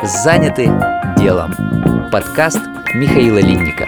Заняты делом. Подкаст Михаила Линника.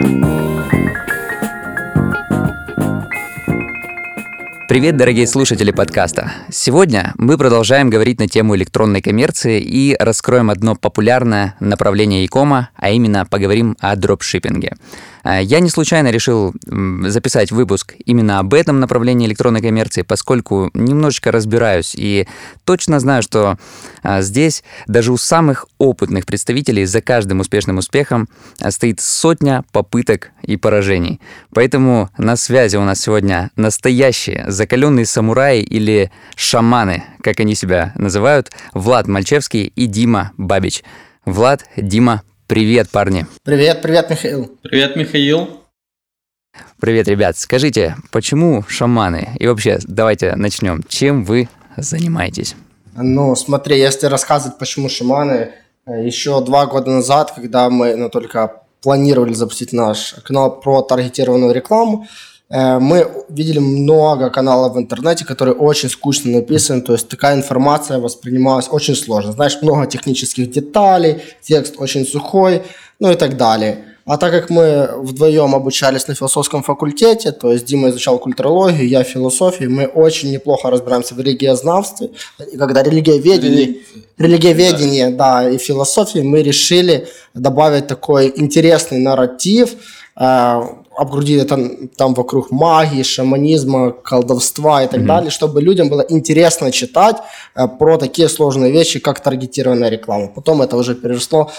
Привет, дорогие слушатели подкаста! Сегодня мы продолжаем говорить на тему электронной коммерции и раскроем одно популярное направление e-кома, а именно поговорим о дропшиппинге. Я не случайно решил записать выпуск именно об этом направлении электронной коммерции, поскольку немножечко разбираюсь и точно знаю, что здесь даже у самых опытных представителей за каждым успешным успехом стоит сотня попыток и поражений. Поэтому на связи у нас сегодня настоящие закаленные самураи или шаманы, как они себя называют, Влад Мальчевский и Дима Бабич. Влад, Дима, привет, парни. Привет, Михаил. Привет, Михаил. Привет, ребят. Скажите, почему шаманы? И вообще, давайте начнем. Чем вы занимаетесь? Ну, смотри, если рассказывать, почему шаманы, еще 2 года назад, когда мы только планировали запустить наш канал про таргетированную рекламу, мы видели много каналов в интернете, которые очень скучно написаны, то есть такая информация воспринималась очень сложно. Знаешь, много технических деталей, текст очень сухой, ну и так далее. А так как мы вдвоем обучались на философском факультете, то есть Дима изучал культурологию, я философию, мы очень неплохо разбираемся в религиознавстве. И когда религиоведение, да, и философии, мы решили добавить такой интересный нарратив, обгрудить это там вокруг магии, шаманизма, колдовства и так далее, чтобы людям было интересно читать про такие сложные вещи, как таргетированная реклама. Потом это уже переросло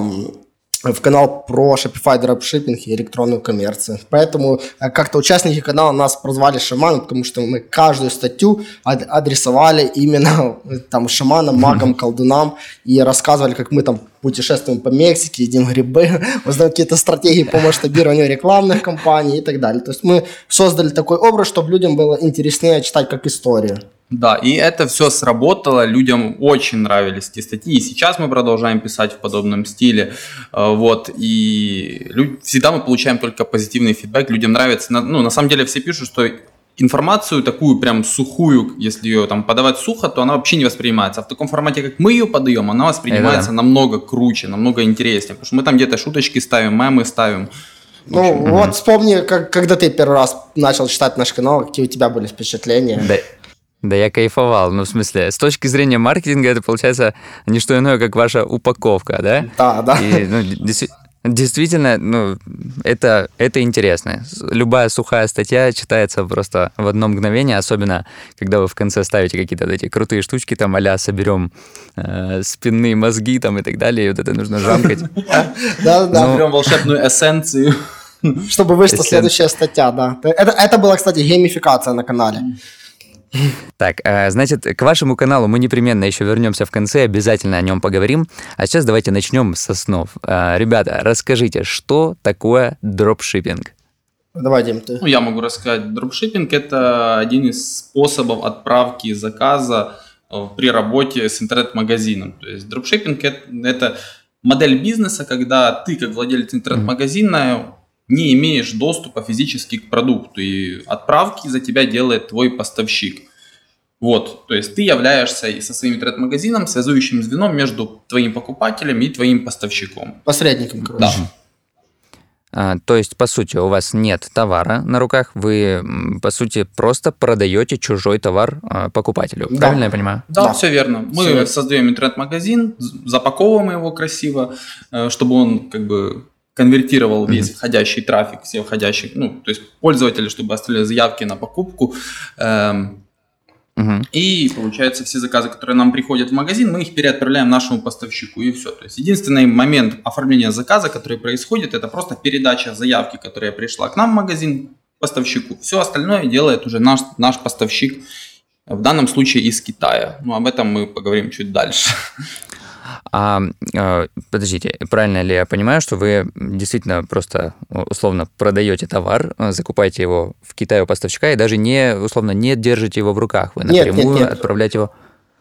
в канал про Shopify, дропшиппинг и электронную коммерцию. Поэтому как-то участники канала нас прозвали шаманом, потому что мы каждую статью адресовали именно шаманам, магам, колдунам и рассказывали, как мы путешествуем по Мексике, едим грибы, узнаем какие-то стратегии по масштабированию рекламных кампаний и так далее. То есть мы создали такой образ, чтобы людям было интереснее читать как историю. Да, и это все сработало, людям очень нравились эти статьи, и сейчас мы продолжаем писать в подобном стиле, и всегда мы получаем только позитивный фидбэк, людям нравится, на самом деле все пишут, что информацию такую прям сухую, если ее подавать сухо, то она вообще не воспринимается, а в таком формате, как мы ее подаем, она воспринимается намного круче, намного интереснее, потому что мы там где-то шуточки ставим, мемы ставим. Вспомни, когда ты первый раз начал читать наш канал, какие у тебя были впечатления? Да, я кайфовал. В смысле, с точки зрения маркетинга, это получается не что иное, как ваша упаковка, да? Да. И, действительно, это интересно. Любая сухая статья читается просто в одно мгновение, особенно, когда вы в конце ставите какие-то эти крутые штучки, а-ля соберем спинные мозги и так далее, и вот это нужно жамкать. Да. Берем волшебную эссенцию. Чтобы вышла следующая статья, да. Это была, кстати, геймификация на канале. Так, значит, к вашему каналу мы непременно еще вернемся в конце, обязательно о нем поговорим. А сейчас давайте начнем с основ. Ребята, расскажите, что такое дропшиппинг? Давай, Дим, ты. Я могу рассказать. Дропшиппинг – это один из способов отправки заказа при работе с интернет-магазином. То есть дропшиппинг – это модель бизнеса, когда ты, как владелец интернет-магазина, не имеешь доступа физически к продукту, и отправки за тебя делает твой поставщик. То есть ты являешься со своим интернет-магазином связующим звеном между твоим покупателем и твоим поставщиком. Посредником, короче. Да. То есть, по сути, у вас нет товара на руках, вы, по сути, просто продаете чужой товар покупателю. Да. Правильно я понимаю? Да, все верно. Мы создаем интернет-магазин, запаковываем его красиво, чтобы он конвертировал весь входящий трафик, все входящие, то есть пользователи, чтобы оставили заявки на покупку. И, получается, все заказы, которые нам приходят в магазин, мы их переотправляем нашему поставщику, и все. То есть единственный момент оформления заказа, который происходит, это просто передача заявки, которая пришла к нам в магазин, поставщику. Все остальное делает уже наш поставщик, в данном случае из Китая. Об этом мы поговорим чуть дальше. Подождите, правильно ли я понимаю, что вы действительно просто условно продаете товар, закупаете его в Китае у поставщика и даже не держите его в руках, вы напрямую отправляете его?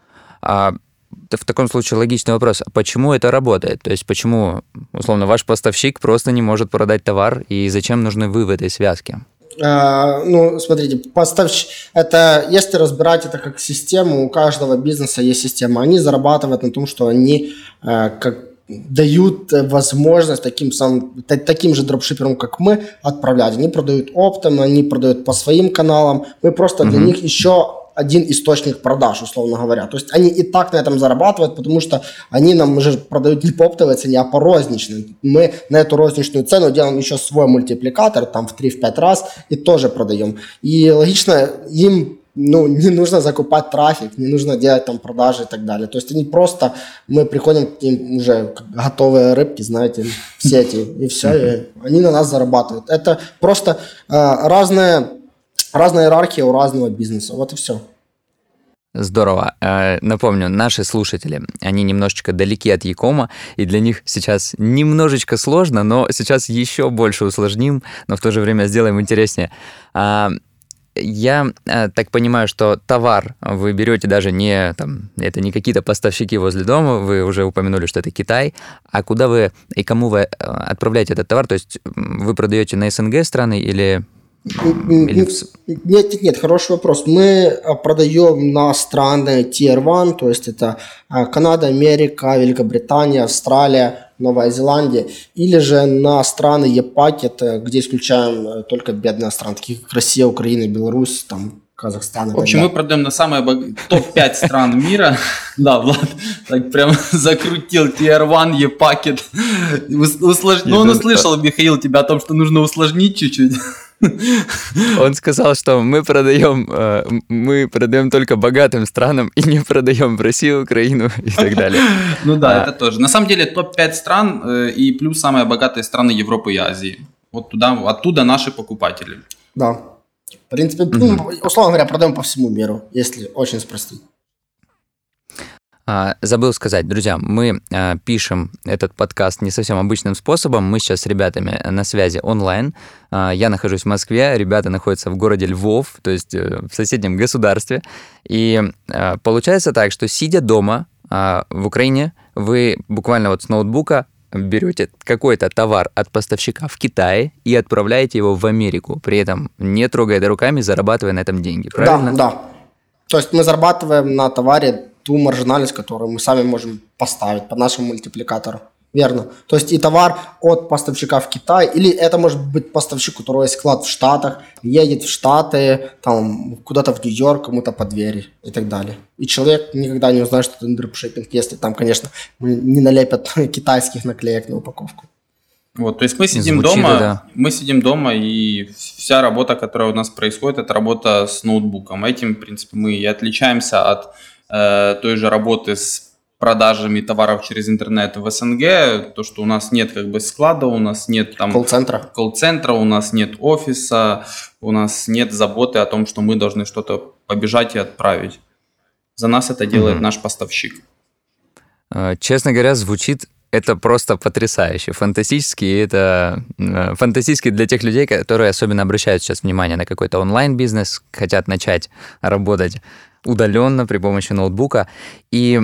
В таком случае логичный вопрос, почему это работает? То есть почему, условно, ваш поставщик просто не может продать товар, и зачем нужны вы в этой связке? Смотрите, это, если разбирать это как систему, у каждого бизнеса есть система. Они зарабатывают на том, что они дают возможность таким же дропшиперам, как мы, отправлять. Они продают оптом, они продают по своим каналам. Мы просто для них еще один источник продаж, условно говоря. То есть они и так на этом зарабатывают, потому что они нам уже продают не по оптовой цене, а по розничной. Мы на эту розничную цену делаем еще свой мультипликатор, там в 3-5 раз, и тоже продаем. И логично, им не нужно закупать трафик, не нужно делать там продажи и так далее. То есть мы приходим к ним уже как готовые рыбки, знаете, в сети, и все, и они на нас зарабатывают. Это просто разная иерархия у разного бизнеса. Вот и все. Здорово. Напомню, наши слушатели, они немножечко далеки от e-кома, и для них сейчас немножечко сложно, но сейчас еще больше усложним, но в то же время сделаем интереснее. Я так понимаю, что товар вы берете даже это не какие-то поставщики возле дома, вы уже упомянули, что это Китай, а куда вы и кому вы отправляете этот товар? То есть вы продаете на СНГ страны или... Нет, хороший вопрос. Мы продаем на страны Tier 1, то есть это Канада, Америка, Великобритания, Австралия, Новая Зеландия, или же на страны E-Packet, где исключаем только бедные страны, такие как Россия, Украина, Беларусь, там, Казахстан. В общем, мы продаем на самые топ-5 стран мира. Да, Влад так прям закрутил Tier 1, E-Packet. Он услышал, Михаил, тебя о том, что нужно усложнить чуть-чуть. Он сказал, что мы продаем только богатым странам и не продаем в Россию, Украину и так далее. Ну да, это тоже. На самом деле топ-5 стран и плюс самые богатые страны Европы и Азии. Вот оттуда наши покупатели. Да. В принципе, условно говоря, продаем по всему миру, если очень спростить. Забыл сказать, друзья, мы пишем этот подкаст не совсем обычным способом. Мы сейчас с ребятами на связи онлайн. Я нахожусь в Москве, ребята находятся в городе Львов, то есть в соседнем государстве. И получается так, что сидя дома в Украине, вы буквально вот с ноутбука берете какой-то товар от поставщика в Китае и отправляете его в Америку, при этом не трогая это руками, зарабатывая на этом деньги, правильно? Да. То есть мы зарабатываем на товаре ту маржинальность, которую мы сами можем поставить по нашему мультипликатору. Верно. То есть и товар от поставщика в Китай, или это может быть поставщик, у которого есть склад в Штатах, едет в Штаты, там куда-то в Нью-Йорк, кому-то по двери и так далее. И человек никогда не узнает, что это дропшиппинг, если там, конечно, не налепят китайских наклеек на упаковку. Вот, то есть мы сидим дома, и вся работа, которая у нас происходит, это работа с ноутбуком. Этим, в принципе, мы и отличаемся от той же работы с продажами товаров через интернет в СНГ, то, что у нас нет как бы склада, у нас нет там колл-центра, у нас нет офиса, у нас нет заботы о том, что мы должны что-то побежать и отправить. За нас это делает наш поставщик. Честно говоря, звучит это просто потрясающе, фантастически, и это фантастически для тех людей, которые особенно обращают сейчас внимание на какой-то онлайн-бизнес, хотят начать работать удаленно при помощи ноутбука. И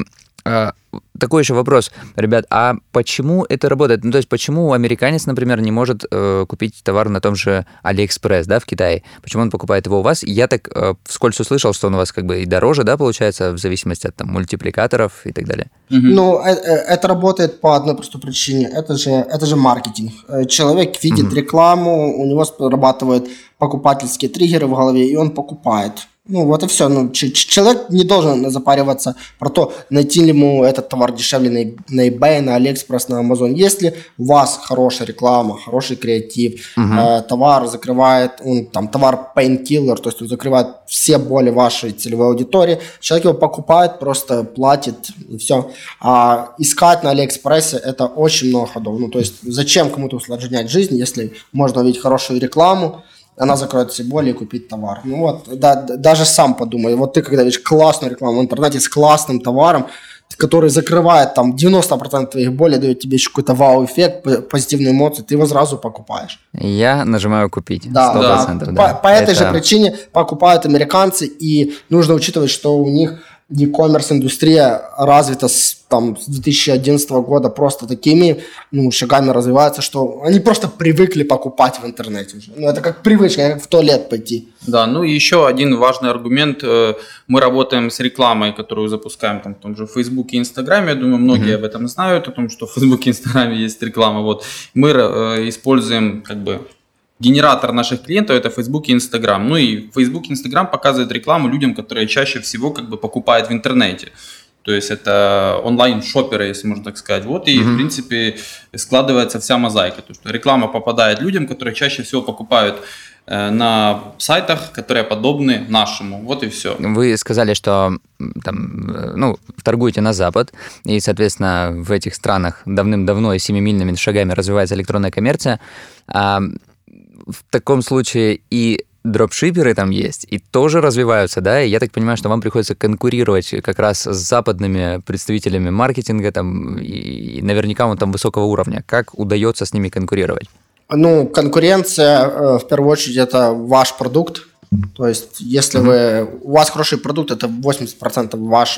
такой еще вопрос, ребят, а почему это работает? Ну, то есть почему американец, например, не может купить товар на том же AliExpress, да, в Китае? Почему он покупает его у вас? Я так вскользь услышал, что он у вас как бы и дороже, да, получается, в зависимости от там мультипликаторов и так далее. Ну, это работает по одной простой причине. Это же маркетинг. Человек видит рекламу, у него срабатывают покупательские триггеры в голове, и он покупает. Ну, вот и все. Ну, человек не должен запариваться про то, найти ли ему этот товар дешевле на eBay, на AliExpress, на Amazon. Если у вас хорошая реклама, хороший креатив, товар закрывает, товар painkiller, то есть он закрывает все боли вашей целевой аудитории, человек его покупает, просто платит, и все. А искать на AliExpress это очень много ходов. Ну, то есть зачем кому-то усложнять жизнь, если можно увидеть хорошую рекламу, она закроет все боли и купить товар. Ну вот, даже сам подумай. Вот ты, когда видишь классную рекламу в интернете с классным товаром, который закрывает там 90% твоих болей, дает тебе еще какой-то вау-эффект, позитивные эмоции, ты его сразу покупаешь. Я нажимаю «Купить». 100%. Да. По этой же причине покупают американцы, и нужно учитывать, что у них e-commerce индустрия развита с 2011 года просто такими шагами развивается, что они просто привыкли покупать в интернете уже. Это как привычка, как в туалет пойти. Да, и еще один важный аргумент. Мы работаем с рекламой, которую запускаем в том же Фейсбуке и Инстаграме. Я думаю, многие об этом знают, о том, что в Фейсбуке и Инстаграме есть реклама. Мы используем генератор наших клиентов – это Facebook и Instagram. И Facebook и Instagram показывают рекламу людям, которые чаще всего покупают в интернете. То есть это онлайн-шоперы, если можно так сказать. И в принципе складывается вся мозаика. То, что реклама попадает людям, которые чаще всего покупают на сайтах, которые подобны нашему. Вот и все. Вы сказали, что торгуете на Запад, и, соответственно, в этих странах давным-давно и семимильными шагами развивается электронная коммерция. В таком случае и дропшиперы там есть, и тоже развиваются, да? И я так понимаю, что вам приходится конкурировать как раз с западными представителями маркетинга, и наверняка он там высокого уровня. Как удается с ними конкурировать? Конкуренция, в первую очередь, это ваш продукт. То есть, если у вас хороший продукт, это 80%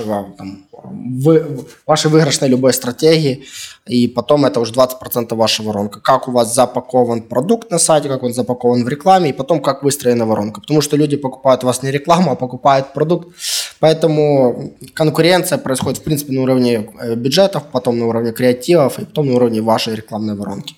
вашей выигрышной любой стратегии, и потом это уже 20% ваша воронка. Как у вас запакован продукт на сайте, как он запакован в рекламе, и потом как выстроена воронка. Потому что люди покупают у вас не рекламу, а покупают продукт. Поэтому конкуренция происходит, в принципе, на уровне бюджетов, потом на уровне креативов, и потом на уровне вашей рекламной воронки.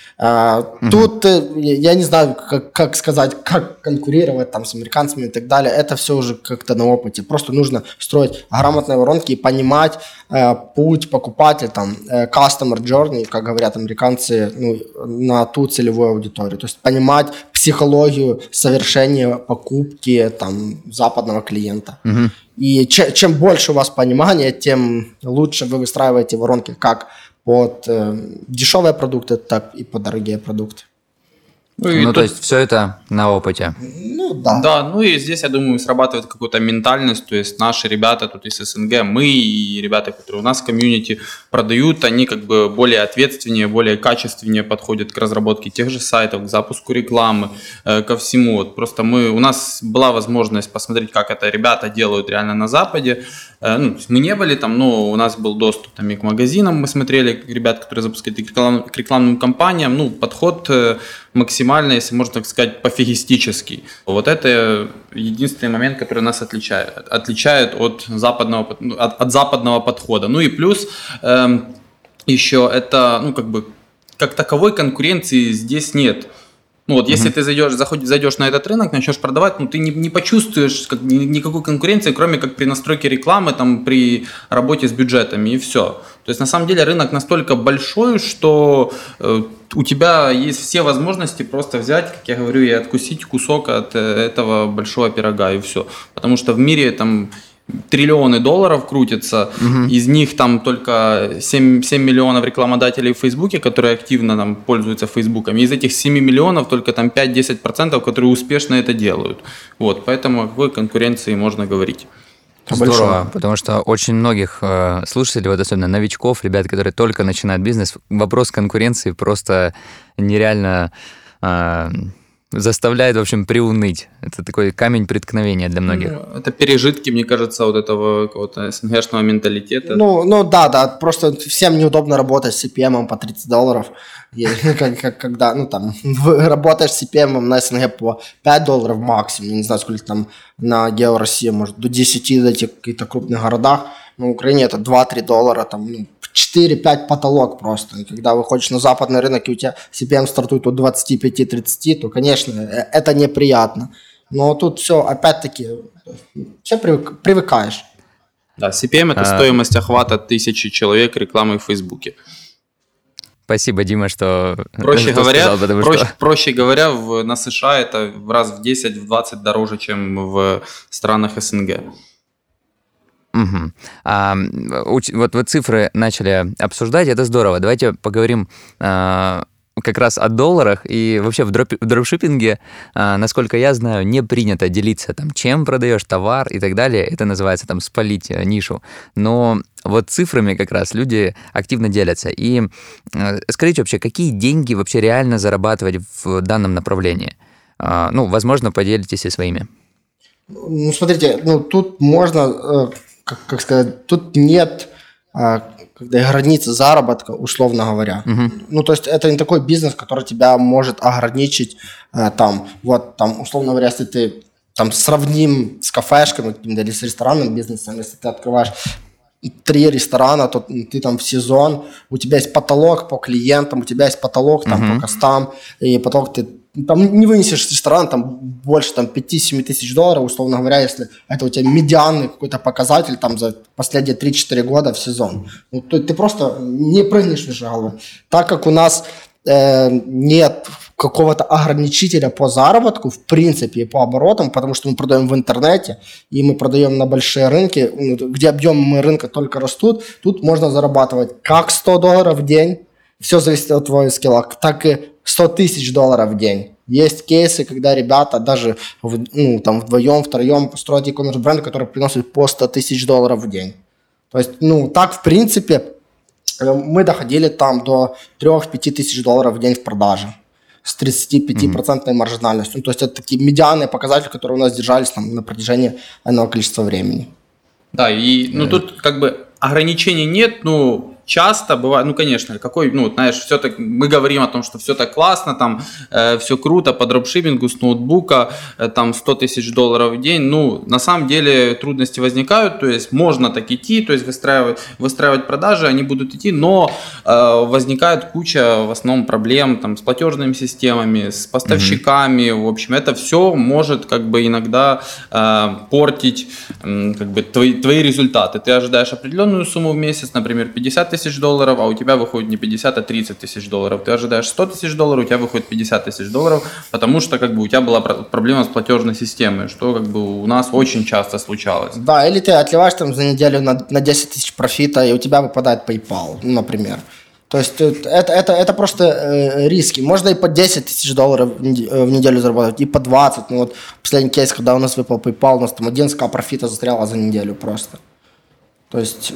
Тут я не знаю, как сказать, как конкурировать с американцами и так далее. Это все уже как-то на опыте. Просто нужно строить грамотные воронки и понимать путь покупателя, customer journey, как говорят американцы, на ту целевую аудиторию. То есть понимать психологию совершения покупки западного клиента. И чем больше у вас понимания, тем лучше вы выстраиваете воронки как под дешевые продукты, так и под дорогие продукты. То есть все это на опыте. Да. Да, и здесь, я думаю, срабатывает какая-то ментальность, то есть наши ребята тут из СНГ, мы и ребята, которые у нас в комьюнити продают, они более ответственнее, более качественнее подходят к разработке тех же сайтов, к запуску рекламы, ко всему. Просто у нас была возможность посмотреть, как это ребята делают реально на Западе. Мы не были там, но у нас был доступ и к магазинам, мы смотрели ребят, которые запускают к рекламным кампаниям, подход максимально, если можно так сказать, пофигистический. Вот это единственный момент, который нас отличает от западного подхода. И плюс еще это, как таковой конкуренции здесь нет. Если ты зайдешь на этот рынок, начнешь продавать, ты не почувствуешь никакой конкуренции, кроме как при настройке рекламы, при работе с бюджетами, и все. То есть, на самом деле, рынок настолько большой, что у тебя есть все возможности просто взять, как я говорю, и откусить кусок от этого большого пирога, и все. Потому что в мире триллионы долларов крутятся, из них только 7 миллионов рекламодателей в Фейсбуке, которые активно пользуются Фейсбуком, и из этих 7 миллионов только 5-10%, которые успешно это делают. Поэтому о какой конкуренции можно говорить. Здорово, потому что очень многих слушателей, особенно новичков, ребят, которые только начинают бизнес, вопрос конкуренции просто нереально заставляет, в общем, приуныть. Это такой камень преткновения для многих. Это пережитки, мне кажется, этого какого-то СНГшного менталитета. Да, просто всем неудобно работать с CPM по $30. Когда, работаешь с CPM на СНГ по $5 максимум, я не знаю, сколько на Гео Россия, может, до 10 в этих каких-то крупных городах, на Украине это $2-3, 4-5 потолок просто. И когда выходишь на западный рынок, и у тебя CPM стартует от 25-30, то, конечно, это неприятно. Но тут все, опять-таки, все привыкаешь. Да, CPM – это стоимость охвата 1000 человек рекламы в Фейсбуке. Спасибо, Дима, что проще говоря, сказал, проще говоря, на США это в раз в 10-20 дороже, чем в странах СНГ. Угу. Вот вы цифры начали обсуждать, это здорово. Давайте поговорим как раз о долларах. И вообще в дропшиппинге, насколько я знаю, не принято делиться чем продаешь товар и так далее. Это называется спалить нишу. Но вот цифрами как раз люди активно делятся. И скажите вообще, какие деньги вообще реально зарабатывать в данном направлении? Возможно, поделитесь и своими. Смотрите, тут можно как сказать, тут нет границы заработка, условно говоря. Ну, то есть это не такой бизнес, который тебя может ограничить условно говоря, если ты там сравним с кафешками или с ресторанным бизнесом, если ты открываешь 3 ресторана, то ты там в сезон, у тебя есть потолок по клиентам, у тебя есть потолок там по костам, и потолок ты там не вынесешь ресторан там больше там, 5-7 тысяч долларов, условно говоря, если это у тебя медианный какой-то показатель там за последние 3-4 года в сезон. Ну, ты просто не прыгнешь выше головы. Так как у нас нет какого-то ограничителя по заработку, в принципе, и по оборотам, потому что мы продаем в интернете, и мы продаем на большие рынки, где объемы рынка только растут, тут можно зарабатывать как $100 в день, все зависит от твоего скилла, так и $100 000 в день. Есть кейсы, когда ребята даже вдвоем, втроем строят e-commerce бренды, которые приносят по $100 000 в день. То есть, так, в принципе, мы доходили там до 3-5 тысяч долларов в день в продаже с 35% маржинальностью. То есть это такие медианные показатели, которые у нас держались там на протяжении одного количества времени. Да, и тут как бы ограничений нет, часто бывает, конечно, все так, мы говорим о том, что все так классно, там, все круто по дропшиппингу с ноутбука, там, $100 000 в день, на самом деле трудности возникают, то есть можно так идти, то есть выстраивать продажи, они будут идти, но возникает куча, в основном, проблем, там, с платежными системами, с поставщиками, в общем, это все может, как бы, иногда портить, как бы, твои результаты. Ты ожидаешь определенную сумму в месяц, например, $50 000, а у тебя выходит не 50, а $30 000. Ты ожидаешь $100 000, у тебя выходит $50 000, потому что как бы у тебя была проблема с платежной системой, что как бы у нас очень часто случалось. Да, или ты отливаешь там за неделю на 10 тысяч профита, и у тебя выпадает PayPal, например. То есть это просто риски. Можно и по $10 000 в неделю заработать, и по 20. Последний кейс, когда у нас выпал PayPal, у нас там 11К профита застряло за неделю просто. То есть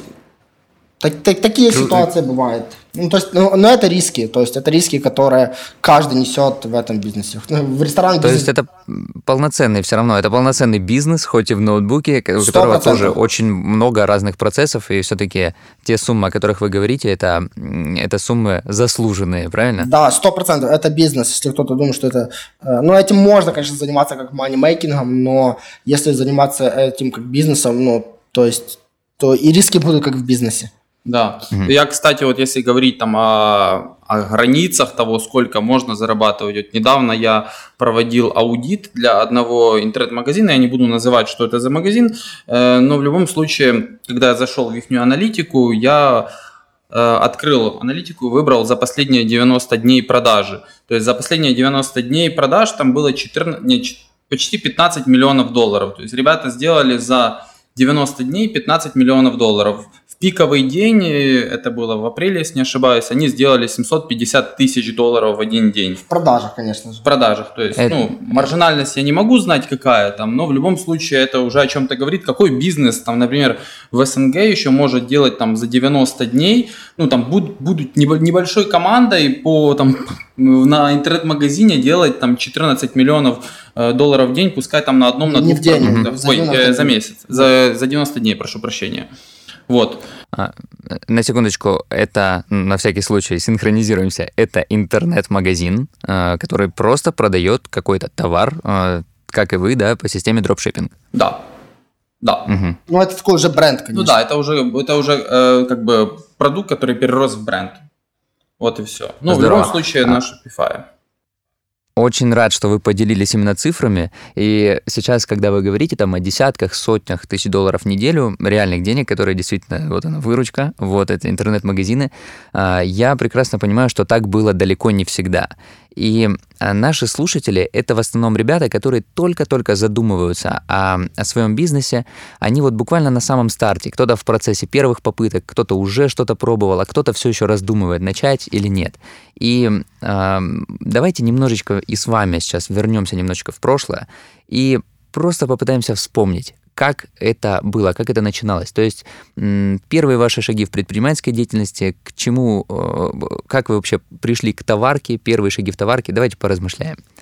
такие ситуации бывают. Но это риски. То есть это риски, которые каждый несет в этом бизнесе. В ресторанном бизнесе. То есть это полноценный все равно, это полноценный бизнес, хоть и в ноутбуке, у которого тоже очень много разных процессов, и все-таки те суммы, о которых вы говорите, это суммы заслуженные, правильно? Да, 100%. Это бизнес. Если кто-то думает, что это... этим можно, конечно, заниматься как манимейкингом, но если заниматься этим как бизнесом, то и риски будут как в бизнесе. Да. Я, кстати, если говорить там о границах того, сколько можно зарабатывать. Недавно я проводил аудит для одного интернет-магазина. Я не буду называть, что это за магазин, но в любом случае, когда я зашел в их аналитику, я открыл аналитику и выбрал за последние 90 дней продажи. То есть за последние 90 дней продаж там было почти $15 миллионов. То есть ребята сделали за 90 дней $15 миллионов. В пиковый день, это было в апреле, если не ошибаюсь, они сделали $750 000 в один день. В продажах, конечно же. В продажах, то есть, маржинальность я не могу знать какая там, но в любом случае это уже о чем-то говорит. Какой бизнес, там, например, в СНГ еще может делать там за 90 дней, там будут небольшой командой на интернет-магазине делать там 14 миллионов долларов в день, пускай там на одном, на двух продуктах. За месяц, за 90 дней, прошу прощения. Вот. На секундочку, это, на всякий случай, синхронизируемся, это интернет-магазин, который просто продает какой-то товар, как и вы, да, по системе дропшиппинг. Да. Угу. Это такой уже бренд, конечно. Да, это уже как бы продукт, который перерос в бренд. Вот и все. В любом случае, на Shopify. Очень рад, что вы поделились именно цифрами. И сейчас, когда вы говорите там о десятках, сотнях тысяч долларов в неделю, реальных денег, которые действительно, вот она, выручка, вот это интернет-магазины, я прекрасно понимаю, что так было далеко не всегда. И наши слушатели — это в основном ребята, которые только-только задумываются о своем бизнесе. Они вот буквально на самом старте. Кто-то в процессе первых попыток, кто-то уже что-то пробовал, а кто-то все еще раздумывает, начать или нет. И давайте немножечко и с вами сейчас вернемся немножечко в прошлое и просто попытаемся вспомнить, как это было, как это начиналось. То есть первые ваши шаги в предпринимательской деятельности, к чему, как вы вообще пришли к товарке, первые шаги в товарке, давайте поразмышляем.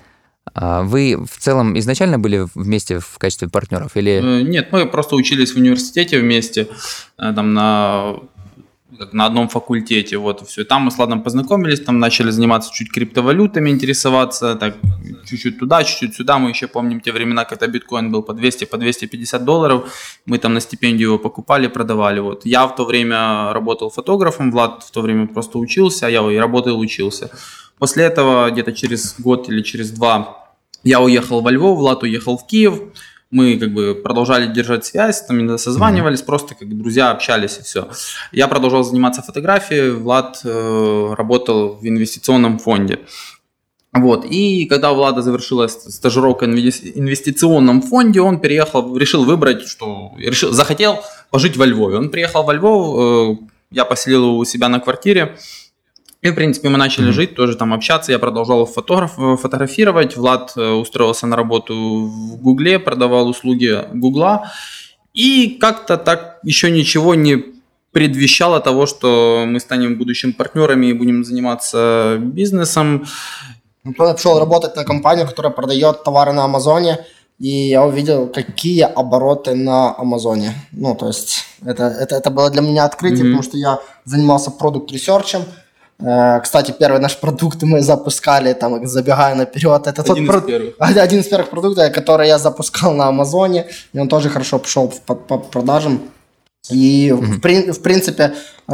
Вы в целом изначально были вместе в качестве партнеров или... Нет, мы просто учились в университете вместе, там на одном факультете, вот, и все. Там мы с Владом познакомились, там начали заниматься чуть криптовалютами, интересоваться, так, чуть-чуть туда, чуть-чуть сюда. Мы еще помним те времена, когда биткоин был по 200, по $250. Мы там на стипендию его покупали, продавали. Вот. Я в то время работал фотографом, Влад в то время просто учился, а я и работал, и учился. После этого, где-то через год или через 2, я уехал во Львов, Влад уехал в Киев. Мы как бы продолжали держать связь, там иногда созванивались, просто как друзья общались и все. Я продолжал заниматься фотографией, Влад работал в инвестиционном фонде. Вот. И когда у Влада завершилась стажировка в инвестиционном фонде, он переехал, решил выбрать, захотел пожить во Львове. Он приехал во Львов, я поселил его у себя на квартире. И, в принципе, мы начали жить, тоже там общаться. Я продолжал фотографировать. Влад устроился на работу в Гугле, продавал услуги Гугла. И как-то так еще ничего не предвещало того, что мы станем будущими партнерами и будем заниматься бизнесом. Я пришел работать на компанию, которая продает товары на Амазоне. И я увидел, какие обороты на Амазоне. Ну, то есть, это было для меня открытие, потому что я занимался продукт-ресерчем. Кстати, первый наш продукт мы запускали, там, забегая наперед. Это один из первых продуктов, который я запускал на Амазоне. И он тоже хорошо пошел по продажам. И, в принципе,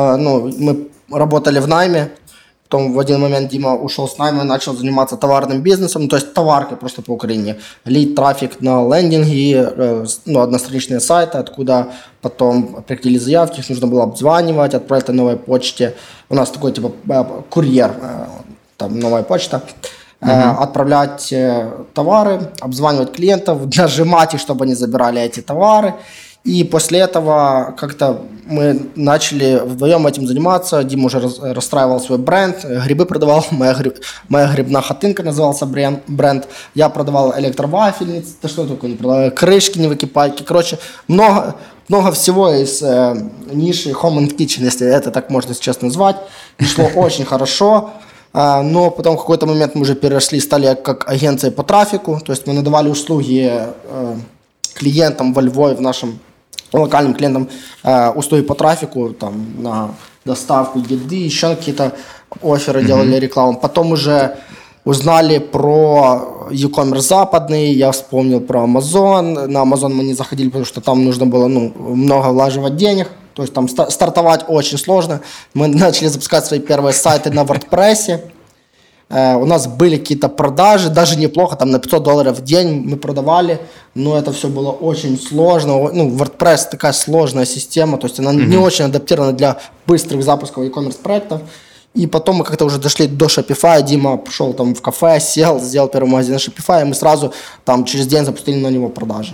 мы работали в найме. Потом в один момент Дима ушел с нами и начал заниматься товарным бизнесом, то есть товаркой просто по Украине. Лид трафик на лендинги, одностраничные сайты, откуда потом приходили заявки, их нужно было обзванивать, отправить на новой почте. У нас такой типа курьер, там новая почта. Отправлять товары, обзванивать клиентов, нажимать их, чтобы они забирали эти товары. И после этого как-то мы начали вдвоем этим заниматься. Дима уже расстраивал свой бренд, грибы продавал, моя грибная хатынка назывался бренд. Я продавал электровафельницы, да что такое не продавал, крышки, не выкипайки. Короче, много всего из ниши Home and Kitchen, если это так можно сейчас назвать. И шло очень хорошо. Но потом в какой-то момент мы уже переросли, стали как агенция по трафику. То есть мы надавали услуги клиентам во Львове, в нашем локальным клиентам, услуги по трафику, там, на доставку еды, еще какие-то офферы делали, рекламу. Потом уже узнали про e-commerce западный, я вспомнил про Amazon. На Amazon мы не заходили, потому что там нужно было много влаживать денег. То есть там стартовать очень сложно. Мы начали запускать свои первые сайты на WordPress. У нас были какие-то продажи, даже неплохо, там на $500 в день мы продавали, но это все было очень сложно. WordPress такая сложная система, то есть она не очень адаптирована для быстрых запусков e-commerce проектов. И потом мы как-то уже дошли до Shopify, Дима пошел там в кафе, сел, сделал первый магазин на Shopify, и мы сразу там через день запустили на него продажи.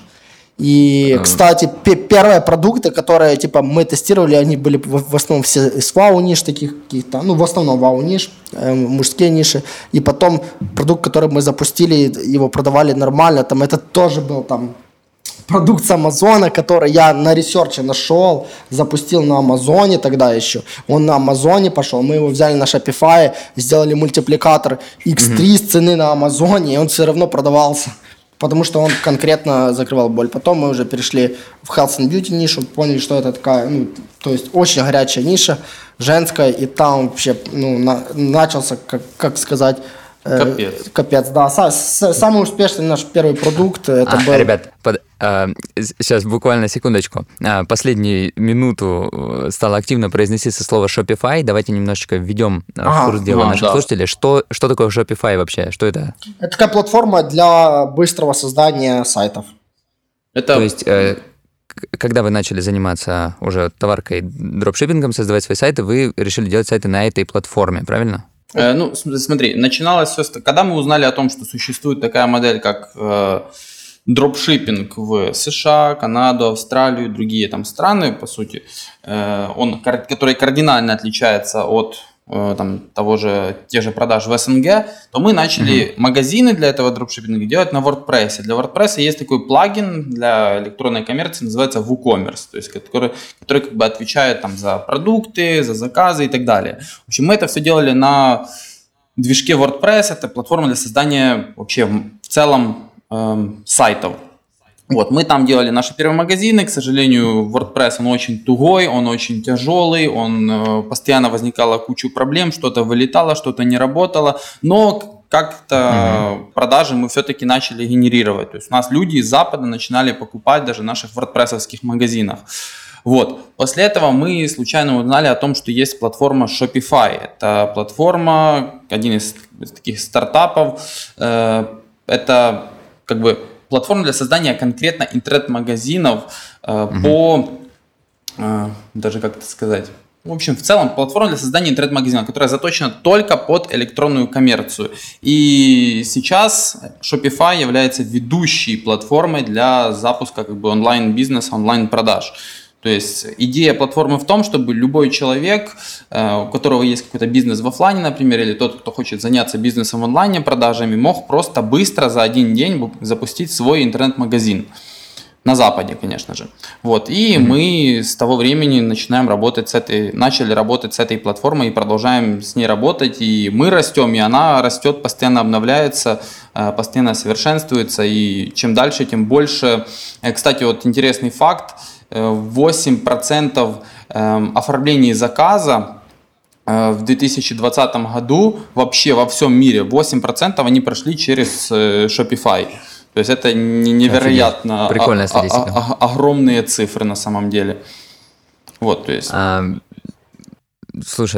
И, кстати, первые продукты, которые типа мы тестировали, они были в основном все из вау-ниш таких каких-то, в основном вау-ниш, мужские ниши. И потом продукт, который мы запустили, его продавали нормально, там это тоже был там продукт с Амазона, который я на ресерче нашел, запустил на Амазоне тогда еще. Он на Амазоне пошел, мы его взяли на Shopify, сделали мультипликатор X3 с цены на Амазоне, и он все равно продавался. Потому что он конкретно закрывал боль. Потом мы уже перешли в health and beauty нишу, поняли, что это такая, то есть очень горячая ниша, женская, и там вообще, начался, как сказать, капец, да. Самый успешный наш первый продукт, это был... Ребят, сейчас буквально секундочку. Последнюю минуту стало активно произноситься слово Shopify. Давайте немножечко введем в курс дела наших слушателей. Что такое Shopify вообще? Что это? Это такая платформа для быстрого создания сайтов. То есть, когда вы начали заниматься уже товаркой, дропшиппингом, создавать свои сайты, вы решили делать сайты на этой платформе, правильно? Смотри, начиналось все, когда мы узнали о том, что существует такая модель, как дропшиппинг в США, Канаду, Австралию, другие там страны, по сути, который кардинально отличается от тех же продаж в СНГ, то мы начали магазины для этого дропшиппинга делать на WordPress. Для WordPress есть такой плагин для электронной коммерции, называется WooCommerce, то есть который как бы отвечает там за продукты, за заказы и так далее. В общем, мы это все делали на движке WordPress, это платформа для создания вообще в целом сайтов. Вот, мы там делали наши первые магазины, к сожалению, WordPress, он очень тугой, он очень тяжелый, постоянно возникала куча проблем, что-то вылетало, что-то не работало, но как-то продажи мы все-таки начали генерировать. То есть у нас люди из Запада начинали покупать даже в наших WordPress-овских магазинах. Вот. После этого мы случайно узнали о том, что есть платформа Shopify. Это платформа, один из таких стартапов. Это как бы платформа для создания конкретно интернет-магазинов по, даже как это сказать, в общем, в целом платформа для создания интернет-магазина, которая заточена только под электронную коммерцию. И сейчас Shopify является ведущей платформой для запуска как бы онлайн-бизнеса, онлайн-продаж. То есть идея платформы в том, чтобы любой человек, у которого есть какой-то бизнес в офлайне, например, или тот, кто хочет заняться бизнесом в онлайне, продажами, мог просто быстро за один день запустить свой интернет-магазин. На Западе, конечно же. Вот. И мы с того времени начали работать с этой платформой и продолжаем с ней работать. И мы растем, и она растет, постоянно обновляется, постоянно совершенствуется. И чем дальше, тем больше. Кстати, вот интересный факт. 8% оформлений заказа в 2020 году вообще во всем мире, 8% они прошли через Shopify. То есть это невероятно огромные цифры на самом деле. Вот, то есть... Слушай,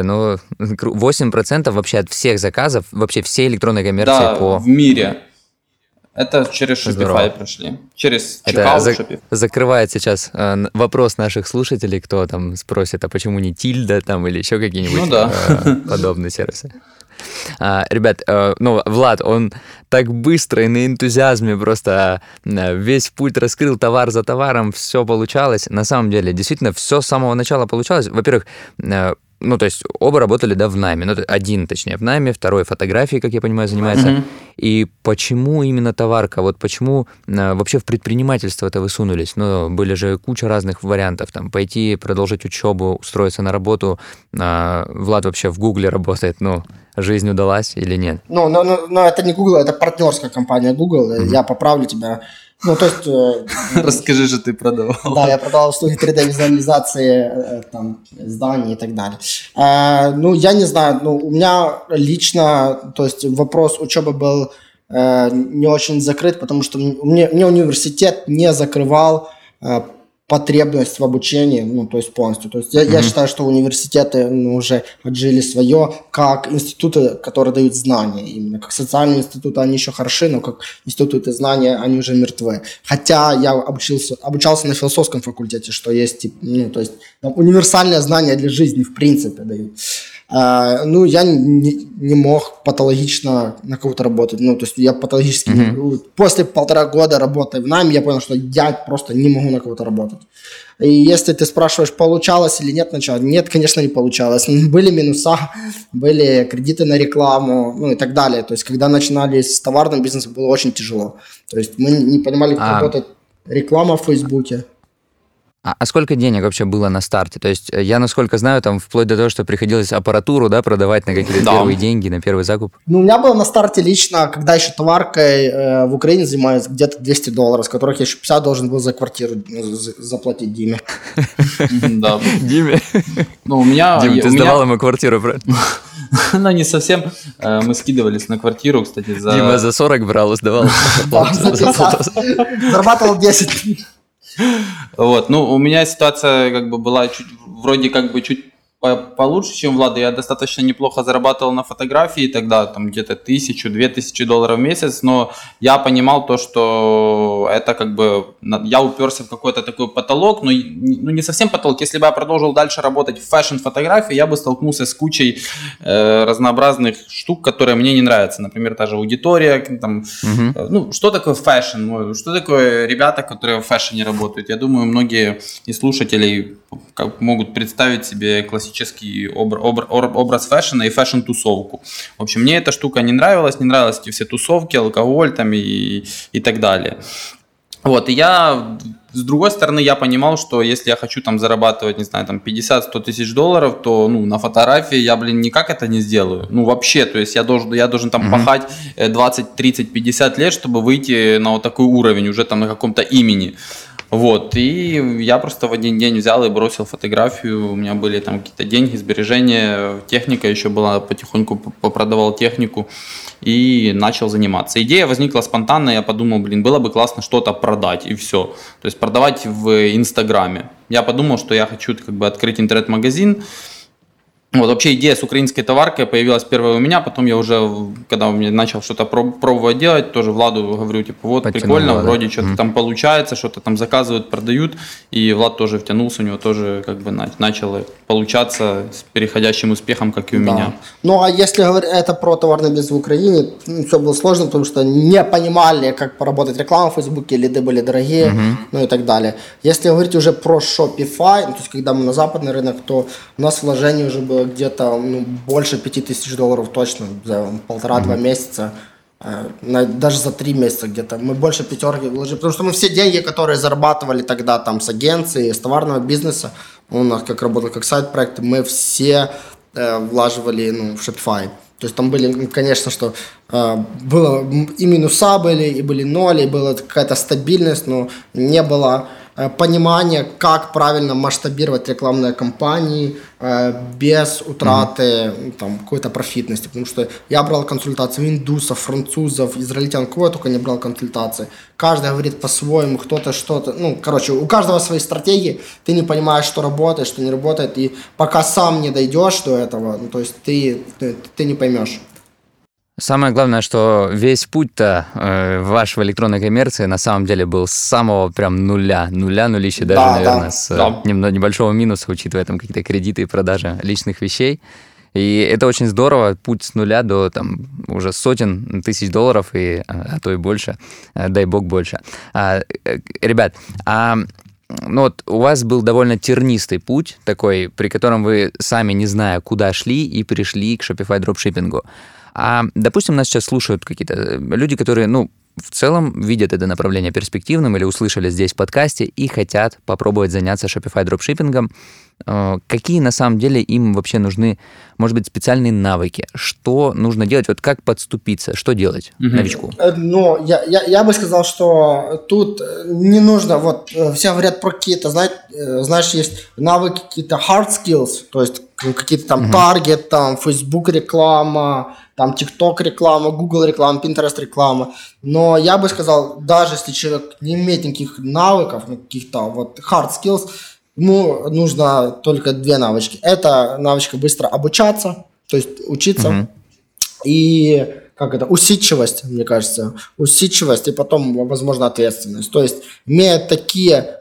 8% вообще от всех заказов, вообще всей электронной коммерции в мире. Это через Shopify прошли. Через чекаут Shopify. Закрывает сейчас вопрос наших слушателей, кто там спросит, а почему не Тильда там или еще какие-нибудь подобные сервисы. Ребят, Влад, он так быстро и на энтузиазме просто весь путь раскрыл, товар за товаром, все получалось. На самом деле, действительно, все с самого начала получалось. Во-первых, то есть оба работали, в найме. Один, точнее, в найме, второй фотографией, как я понимаю, занимается. И почему именно товарка? Вот почему вообще в предпринимательство-то вы сунулись? Были же куча разных вариантов. Там пойти, продолжить учебу, устроиться на работу. Влад вообще в Гугле работает. Жизнь удалась или нет? Это не Google, это партнерская компания Google. Я поправлю тебя. Расскажи, что ты продавал. Да, я продавал услуги 3D-визуализации зданий и так далее. Я не знаю, у меня лично, то есть вопрос учебы был не очень закрыт, потому что мне университет не закрывал потребность в обучении, то есть полностью. То есть я считаю, что университеты уже отжили свое, как институты, которые дают знания. Именно как социальные институты, они еще хороши, но как институты знания, они уже мертвы. Хотя я обучался на философском факультете, что есть, универсальное знание для жизни в принципе дают. Я не мог патологично на кого-то работать. То есть я патологически... После 1,5 года работы в найме я понял, что я просто не могу на кого-то работать. И если ты спрашиваешь, получалось или нет сначала, нет, конечно, не получалось. Были минуса, были кредиты на рекламу, и так далее. То есть когда начинали с товарным бизнесом, было очень тяжело. То есть мы не понимали, как работает реклама в Фейсбуке. А сколько денег вообще было на старте? То есть я, насколько знаю, там вплоть до того, что приходилось аппаратуру, продавать на какие-то первые деньги, на первый закуп. У меня было на старте лично, когда еще товаркой в Украине занимаюсь, где-то $200, с которых я еще 50 должен был за квартиру заплатить Диме. Да. Диме? Дим, ты сдавал ему квартиру, правильно? Не совсем. Мы скидывались на квартиру, кстати, за... Дима за 40 брал, сдавал. Зарабатывал 10. Вот, у меня ситуация была чуть получше, чем Влада. Я достаточно неплохо зарабатывал на фотографии тогда, где-то $1000-2000 в месяц, но я понимал то, что это я уперся в какой-то такой потолок, но не совсем потолок. Если бы я продолжил дальше работать в фэшн-фотографии, я бы столкнулся с кучей разнообразных штук, которые мне не нравятся. Например, та же аудитория, что такое фэшн, что такое ребята, которые в фэшне работают. Я думаю, многие из слушателей могут представить себе классический образ фэшна и фэшн-тусовку. В общем, мне эта штука не нравилась эти все тусовки, алкоголь и так далее. Вот, и я С другой стороны, я понимал, что если я хочу там зарабатывать, не знаю, там 50-100 тысяч долларов, то, ну, на фотографии я, никак это не сделаю. Ну, вообще, то есть я должен там пахать 20, 30, 50 лет, чтобы выйти на вот такой уровень, уже там на каком-то имени. Вот, и я просто в один день взял и бросил фотографию, у меня были там какие-то деньги, сбережения, техника еще была, потихоньку попродавал технику и начал заниматься. Идея возникла спонтанно, я подумал, было бы классно что-то продать и все, то есть продавать в Инстаграме. Я подумал, что я хочу как бы открыть интернет-магазин. Вот, вообще идея с украинской товаркой появилась первая у меня, потом я уже, когда я начал что-то пробовать делать, тоже Владу говорю, типа, вот, подтянуло, прикольно, да? вроде что-то там получается, что-то там заказывают, продают, и Влад тоже втянулся, у него тоже как бы начало получаться с переходящим успехом, как и у меня. Ну, а если говорить это про товарный бизнес в Украине, все было сложно, потому что не понимали, как поработать рекламу в Фейсбуке, лиды были дорогие, ну и так далее. Если говорить уже про Shopify, то есть когда мы на западный рынок, то у нас вложение уже было где-то больше $5000 точно за 1,5-2 месяца, даже за 3 месяца где-то. Мы больше 5 вложили, потому что мы все деньги, которые зарабатывали тогда там с агенции, с товарного бизнеса, у нас как работал как сайт-проект, мы все влаживали в Shopify. То есть там были, конечно, что было и минуса были, и были ноли, и была какая-то стабильность, но не было понимания, как правильно масштабировать рекламные кампании без утраты какой-то профитности. Потому что я брал консультации у индусов, французов, израильтян, кого я только не брал консультации. Каждый говорит по-своему, кто-то что-то. У каждого свои стратегии. Ты не понимаешь, что работает, что не работает. И пока сам не дойдешь до этого, то есть ты не поймешь. Самое главное, что весь путь-то ваш в электронной коммерции на самом деле был с самого прям нулища, даже, наверное, с небольшого минуса, учитывая там какие-то кредиты и продажи личных вещей. И это очень здорово, путь с нуля до там уже сотен тысяч долларов, а то и больше, дай бог больше. Ребят, вот у вас был довольно тернистый путь такой, при котором вы сами, не зная, куда шли, и пришли к Shopify дропшиппингу. А, допустим, нас сейчас слушают какие-то люди, которые, в целом видят это направление перспективным или услышали здесь в подкасте и хотят попробовать заняться Shopify дропшиппингом. Какие на самом деле им вообще нужны, может быть, специальные навыки? Что нужно делать? Вот как подступиться? Что делать новичку? Я бы сказал, что тут не нужно, все говорят про какие-то, знаешь, есть навыки, какие-то hard skills, то есть какие-то там таргет, там Facebook реклама, там TikTok реклама, Google реклама, Pinterest реклама. Но я бы сказал, даже если человек не имеет никаких навыков, каких-то hard skills, ему нужно только 2 навычки. Это навычка быстро обучаться, то есть учиться, и усидчивость, мне кажется, усидчивость и потом, возможно, ответственность. То есть, имея такие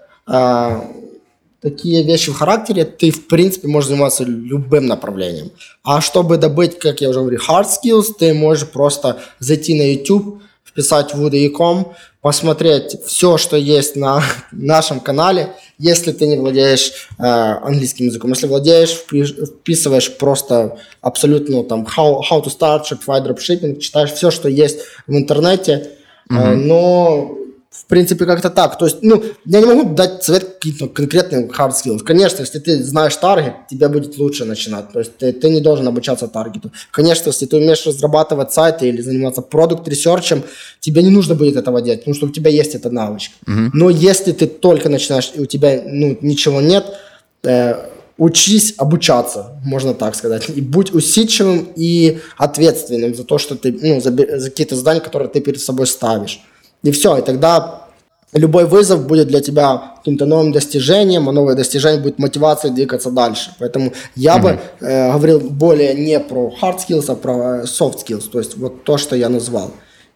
вещи в характере, ты, в принципе, можешь заниматься любым направлением. А чтобы добыть, как я уже говорил, hard skills, ты можешь просто зайти на YouTube, вписать woody.com, посмотреть все, что есть на нашем канале. Если ты не владеешь английским языком, если владеешь, вписываешь просто абсолютно how to start Shopify dropshipping, читаешь все, что есть в интернете, но в принципе как-то так. То есть, я не могу дать совет какие-то конкретные hard skills. Конечно, если ты знаешь таргет, тебе будет лучше начинать. То есть ты не должен обучаться таргету. Конечно, если ты умеешь разрабатывать сайты или заниматься продукт-ресерчем, тебе не нужно будет этого делать, потому что у тебя есть эта навычка. Но если ты только начинаешь и у тебя ничего нет, учись обучаться, можно так сказать. И будь усидчивым и ответственным за то, что ты, за какие-то задания, которые ты перед собой ставишь. И все, и тогда любой вызов будет для тебя каким-то новым достижением, а новое достижение будет мотивацией двигаться дальше. Поэтому я бы говорил более не про hard skills, а про soft skills, то есть вот то, что я назвал.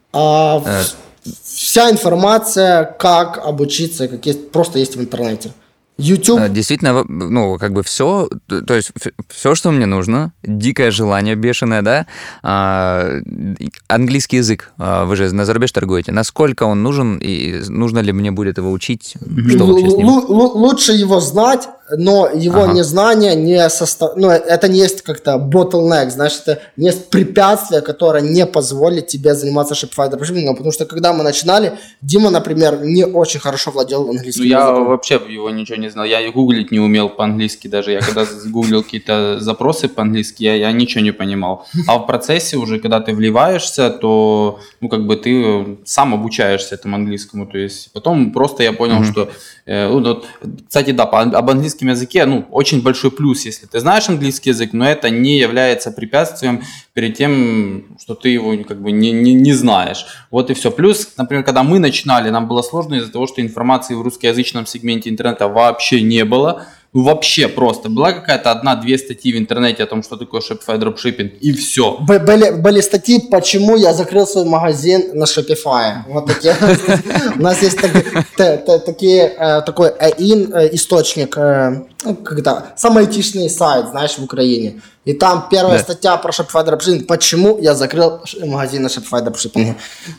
Вся информация, как обучиться, просто есть в интернете. YouTube. Действительно, все, то есть все, что мне нужно, дикое желание бешеное, да, английский язык, вы же на зарубеж торгуете, насколько он нужен и нужно ли мне будет его учить, что вообще с ним? Лучше его знать, но его незнание это не есть как-то bottleneck, знаешь, это не есть препятствие, которое не позволит тебе заниматься Shopify дропшиппингом, потому что когда мы начинали, Дима, например, не очень хорошо владел английским языком. Я вообще его ничего не знал, я гуглить не умел по-английски даже, я когда гуглил какие-то запросы по-английски, я ничего не понимал, а в процессе уже, когда ты вливаешься, то, ты сам обучаешься этому английскому, то есть потом просто я понял, что, кстати, да, об английском языке, очень большой плюс, если ты знаешь английский язык, но это не является препятствием перед тем, что ты его не знаешь. Вот и все. Плюс, например, когда мы начинали, нам было сложно из-за того, что информации в русскоязычном сегменте интернета вообще не было. Вообще просто. Была какая-то 1-2 статьи в интернете о том, что такое Shopify дропшиппинг, и все. Были статьи, почему я закрыл свой магазин на Shopify. Вот такие. У нас есть такой источник, самый айтишный сайт, знаешь, в Украине. И там первая статья про Shopify дропшиппинг, почему я закрыл магазин на Shopify дропшиппинге.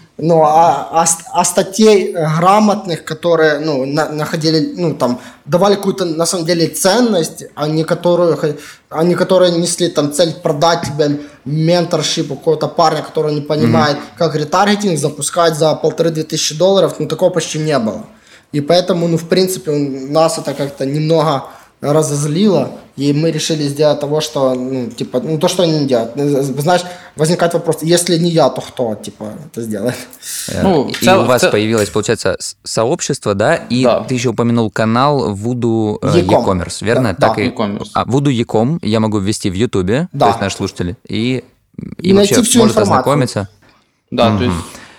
А статей грамотных, которые находили, давали какую-то на самом деле ценность, а не которые несли там цель продать тебе менторшип у какого-то парня, который не понимает, как ретаргетинг запускать за $1500-2000, такого почти не было. И поэтому, в принципе, нас это как-то немного разозлило, и мы решили сделать того, что, то, что они не делают. Знаешь, возникает вопрос, если не я, то кто, это сделает? И у вас появилось, получается, сообщество, да? И ты еще упомянул канал Voodoo e-commerce, верно? Да, e-commerce. Voodoo e-com я могу ввести в Ютубе, то есть наши слушатели, и вообще может ознакомиться. Да, то есть...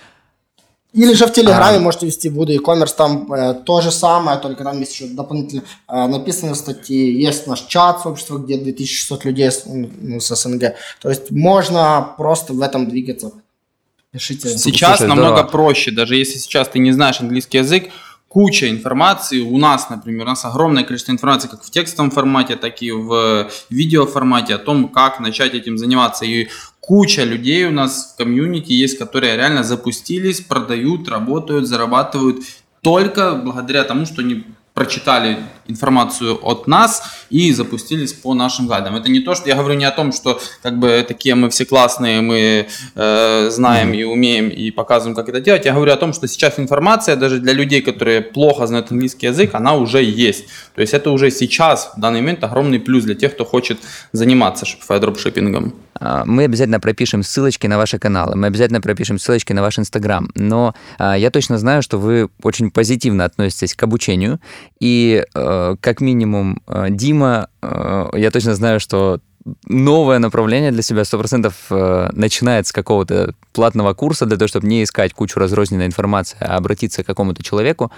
Или же в Телеграме можете вести Voodoo e-commerce, там то же самое, только там есть еще дополнительно написанные статьи, есть наш чат сообщества, где 2600 людей с СНГ, то есть можно просто в этом двигаться. Пишите. Сейчас намного проще, даже если сейчас ты не знаешь английский язык, куча информации у нас, например, у нас огромное количество информации как в текстовом формате, так и в видеоформате о том, как начать этим заниматься. И куча людей у нас в комьюнити есть, которые реально запустились, продают, работают, зарабатывают только благодаря тому, что они прочитали информацию от нас и запустились по нашим гайдам. Это не то, что я говорю не о том, что такие мы все классные, мы знаем и умеем и показываем, как это делать. Я говорю о том, что сейчас информация даже для людей, которые плохо знают английский язык, она уже есть. То есть это уже сейчас, в данный момент, огромный плюс для тех, кто хочет заниматься Shopify дропшиппингом. Мы обязательно пропишем ссылочки на ваши каналы, мы обязательно пропишем ссылочки на ваш Инстаграм, но я точно знаю, что вы очень позитивно относитесь к обучению, и как минимум Дима, я точно знаю, что новое направление для себя 100% начинает с какого-то платного курса для того, чтобы не искать кучу разрозненной информации, а обратиться к какому-то человеку.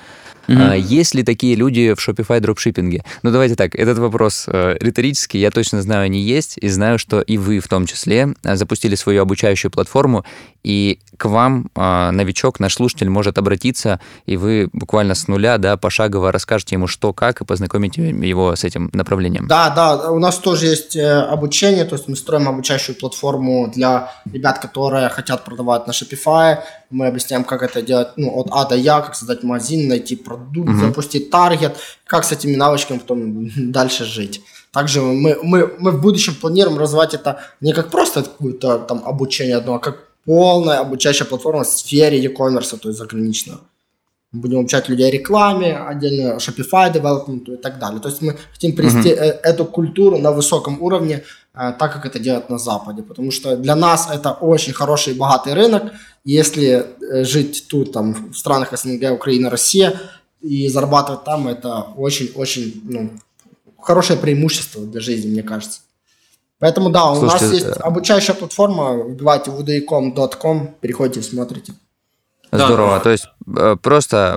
Есть ли такие люди в Shopify дропшиппинге? Давайте так, этот вопрос риторический, я точно знаю, они есть, и знаю, что и вы в том числе запустили свою обучающую платформу, и к вам новичок, наш слушатель может обратиться, и вы буквально с нуля, пошагово расскажете ему, что, как, и познакомите его с этим направлением. Да, у нас тоже есть обучение, то есть мы строим обучающую платформу для ребят, которые хотят продавать на Shopify. Мы объясняем, как это делать от А до Я, как создать магазин, найти продукт, запустить таргет, как с этими навычками потом дальше жить. Также мы в будущем планируем развивать это не как просто какое-то там обучение одно, а как полная обучающая платформа в сфере e-commerce, то есть заграничного. Будем обучать людей рекламе, отдельно Shopify девелопменту и так далее. То есть мы хотим привести эту культуру на высоком уровне, так как это делают на Западе. Потому что для нас это очень хороший и богатый рынок. Если жить тут, там, в странах СНГ, Украина, Россия, и зарабатывать там, это очень-очень хорошее преимущество для жизни, мне кажется. Поэтому да, у нас есть обучающая платформа, вбивайте voodoo.com, переходите, смотрите. Здорово, то есть просто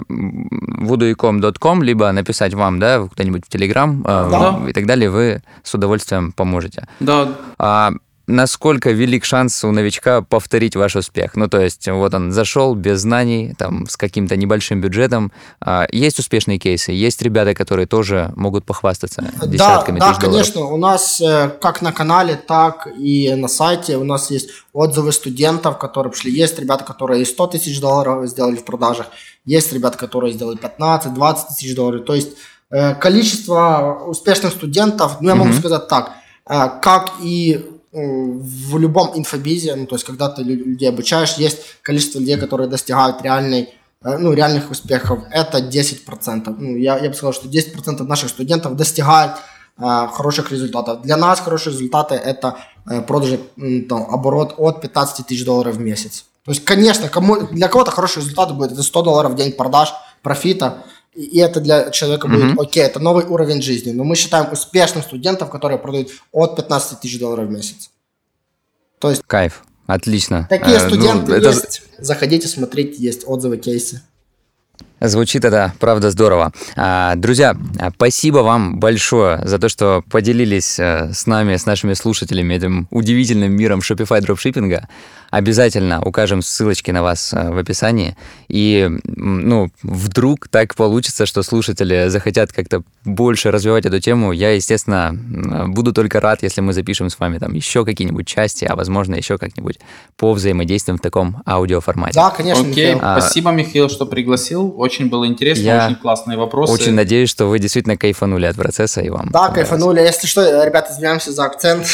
voodoo.com, либо написать вам, куда-нибудь в Telegram и так далее, вы с удовольствием поможете. Да. Насколько велик шанс у новичка повторить ваш успех? То есть вот он зашел без знаний, там, с каким-то небольшим бюджетом. Есть успешные кейсы, есть ребята, которые тоже могут похвастаться десятками тысяч долларов. Да, конечно. У нас как на канале, так и на сайте у нас есть отзывы студентов, которые пришли. Есть ребята, которые и 100 тысяч долларов сделали в продажах. Есть ребята, которые сделали 15-20 тысяч долларов. То есть количество успешных студентов, я могу сказать так, как и в любом инфобизе, то есть когда ты людей обучаешь, есть количество людей, которые достигают реальных успехов, это 10%. Я бы сказал, что 10% наших студентов достигают хороших результатов. Для нас хорошие результаты – это продажи, оборот от $15 тысяч в месяц. То есть, конечно, для кого-то хороший результат будет, это $100 в день продаж, профита, и это для человека будет окей, это новый уровень жизни. Но мы считаем успешных студентов, которые продают от $15 тысяч в месяц. То есть, кайф, отлично. Такие студенты есть. Заходите, смотрите, есть отзывы, кейсы. Звучит это, правда, здорово. Друзья, спасибо вам большое за то, что поделились с нами, с нашими слушателями этим удивительным миром Shopify дропшиппинга. Обязательно укажем ссылочки на вас в описании. И, вдруг так получится, что слушатели захотят как-то больше развивать эту тему, я, естественно, буду только рад, если мы запишем с вами там еще какие-нибудь части, а, возможно, еще как-нибудь повзаимодействуем в таком аудиоформате. Да, конечно, Окей, спасибо, Михаил, что пригласил. Очень было интересно, очень классные вопросы. Очень надеюсь, что вы действительно кайфанули от процесса и вам. Да, кайфанули. Если что, ребята, извиняемся за акцент.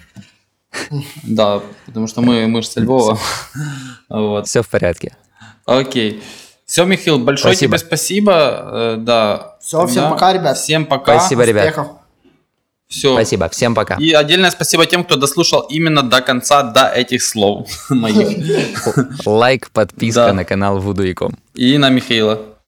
Да, потому что мы же со Львова. Вот. Все в порядке. Окей. Все, Михаил, большое тебе спасибо. Да. Все, всем пока, ребят. Всем пока. Спасибо, ребят. Все. Спасибо, всем пока. И отдельное спасибо тем, кто дослушал именно до конца, до этих слов моих. Лайк, подписка на канал Voodoo.com. И на Михаила.